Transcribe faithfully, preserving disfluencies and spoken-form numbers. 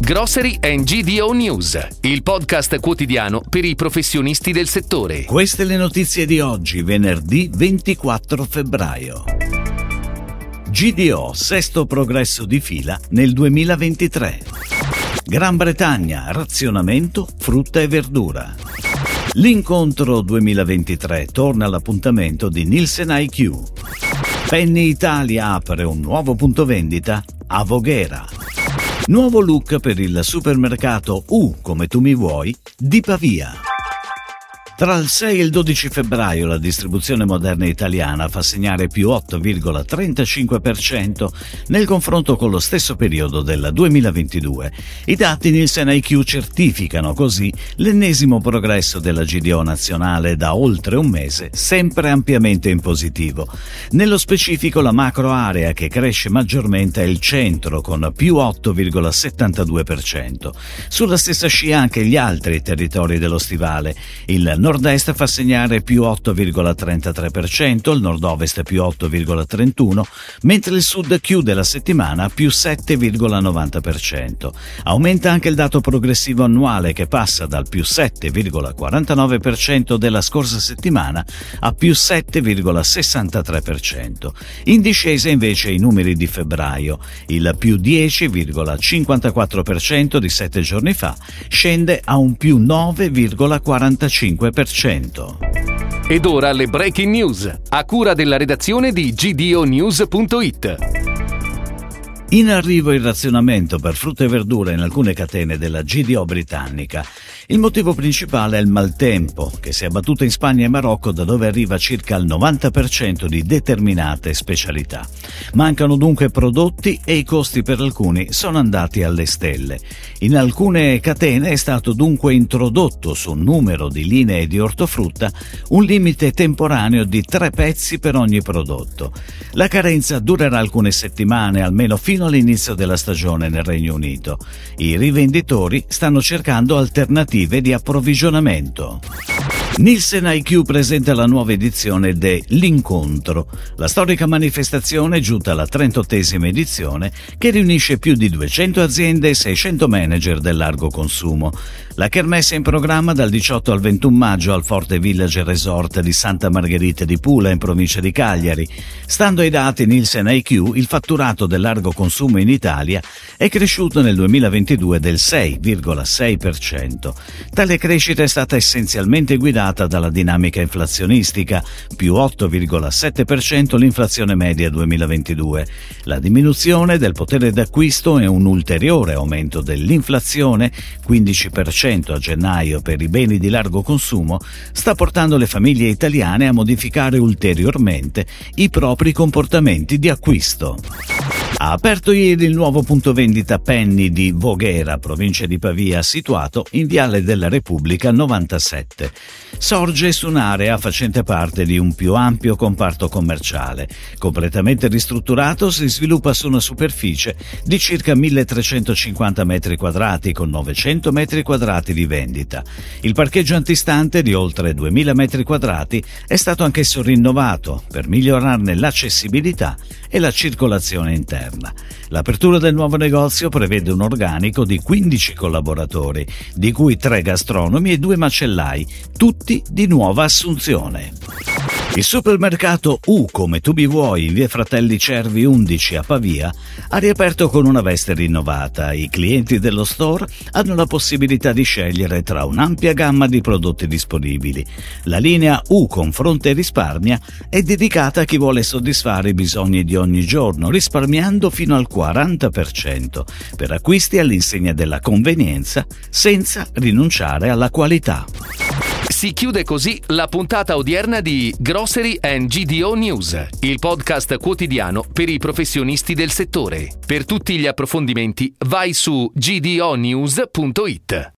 Grocery and G D O News, il podcast quotidiano per i professionisti del settore. Queste le notizie di oggi, venerdì ventiquattro febbraio. G D O, sesto progresso di fila nel duemilaventitré. Gran Bretagna, razionamento, frutta e verdura. L'incontro duemilaventitré torna all'appuntamento di Nielsen I Q. Penny Italia apre un nuovo punto vendita a Voghera. Nuovo look per il supermercato U, come tu mi vuoi, di Pavia. Tra il sei e il dodici febbraio la distribuzione moderna italiana fa segnare più otto virgola trentacinque per cento nel confronto con lo stesso periodo del duemilaventidue. I dati Nielsen I Q certificano così l'ennesimo progresso della G D O nazionale da oltre un mese, sempre ampiamente in positivo. Nello specifico la macro area che cresce maggiormente è il centro con più otto virgola settantadue per cento. Sulla stessa scia anche gli altri territori dello stivale. Il nord-est fa segnare più otto virgola trentatré per cento, il nord-ovest più otto virgola trentuno per cento, mentre il sud chiude la settimana più sette virgola novanta per cento. Aumenta anche il dato progressivo annuale che passa dal più sette virgola quarantanove per cento della scorsa settimana a più sette virgola sessantatré per cento. In discesa invece i numeri di febbraio. Il più dieci virgola cinquantaquattro per cento di sette giorni fa scende a un più nove virgola quarantacinque per cento. Ed ora le breaking news, a cura della redazione di G D O news punto it. In arrivo il razionamento per frutta e verdura in alcune catene della G D O britannica. Il motivo principale è il maltempo, che si è abbattuto in Spagna e Marocco, da dove arriva circa il novanta per cento di determinate specialità. Mancano dunque prodotti e i costi per alcuni sono andati alle stelle. In alcune catene è stato dunque introdotto su un numero di linee di ortofrutta un limite temporaneo di tre pezzi per ogni prodotto. La carenza durerà alcune settimane, almeno fino all'inizio della stagione nel Regno Unito. I rivenditori stanno cercando alternative di approvvigionamento. Nielsen I Q presenta la nuova edizione de L'Incontro, la storica manifestazione giunta alla trentottesima edizione che riunisce più di duecento aziende e seicento manager del largo consumo. La kermesse è in programma dal diciotto al ventuno maggio al Forte Village Resort di Santa Margherita di Pula in provincia di Cagliari. Stando ai dati Nielsen I Q, il fatturato del largo consumo in Italia è cresciuto nel duemilaventidue del sei virgola sei per cento. Tale crescita è stata essenzialmente guidata dalla dinamica inflazionistica, più otto virgola sette per cento l'inflazione media duemilaventidue. La diminuzione del potere d'acquisto e un ulteriore aumento dell'inflazione, quindici per cento a gennaio per i beni di largo consumo, sta portando le famiglie italiane a modificare ulteriormente i propri comportamenti di acquisto. Ha aperto ieri il nuovo punto vendita Penny di Voghera, provincia di Pavia, situato in Viale della Repubblica novantasette. Sorge su un'area facente parte di un più ampio comparto commerciale. Completamente ristrutturato, si sviluppa su una superficie di circa milletrecentocinquanta metri quadrati con novecento metri quadrati di vendita. Il parcheggio antistante di oltre duemila metri quadrati è stato anch'esso rinnovato per migliorarne l'accessibilità e la circolazione interna. L'apertura del nuovo negozio prevede un organico di quindici collaboratori, di cui tre gastronomi e due macellai, tutti di nuova assunzione. Il supermercato U, come tu mi vuoi, in via Fratelli Cervi undici a Pavia, ha riaperto con una veste rinnovata. I clienti dello store hanno la possibilità di scegliere tra un'ampia gamma di prodotti disponibili. La linea U Confronta e Risparmia è dedicata a chi vuole soddisfare i bisogni di ogni giorno, risparmiando fino al quaranta per cento per acquisti all'insegna della convenienza, senza rinunciare alla qualità. Si chiude così la puntata odierna di Grocery and G D O News, il podcast quotidiano per i professionisti del settore. Per tutti gli approfondimenti vai su G D O news punto it.